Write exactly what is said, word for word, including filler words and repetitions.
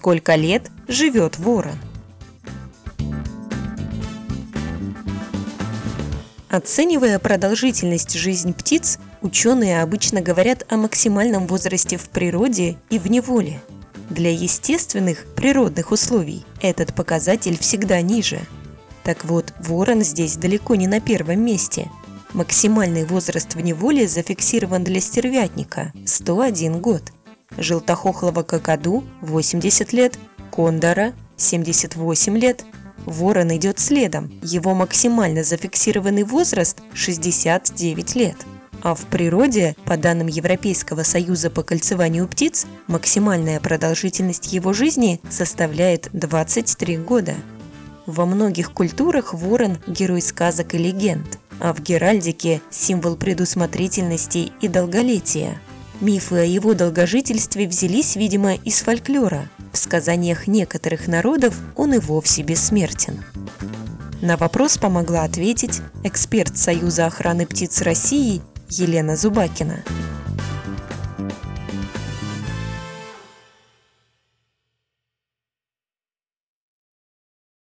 Сколько лет живет ворон? Оценивая продолжительность жизни птиц, ученые обычно говорят о максимальном возрасте в природе и в неволе. Для естественных природных условий этот показатель всегда ниже. Так вот, ворон здесь далеко не на первом месте. Максимальный возраст в неволе зафиксирован для стервятника – сто один год, желтохохлого какаду – восемьдесят лет, кондора – семьдесят восемь лет. Ворон идет следом, его максимально зафиксированный возраст – шестьдесят девять лет. А в природе, по данным Европейского союза по кольцеванию птиц, максимальная продолжительность его жизни составляет двадцать три года. Во многих культурах ворон – герой сказок и легенд, а в геральдике – символ предусмотрительности и долголетия. Мифы о его долгожительстве взялись, видимо, из фольклора. В сказаниях некоторых народов он и вовсе бессмертен. На вопрос помогла ответить эксперт Союза охраны птиц России Елена Зубакина.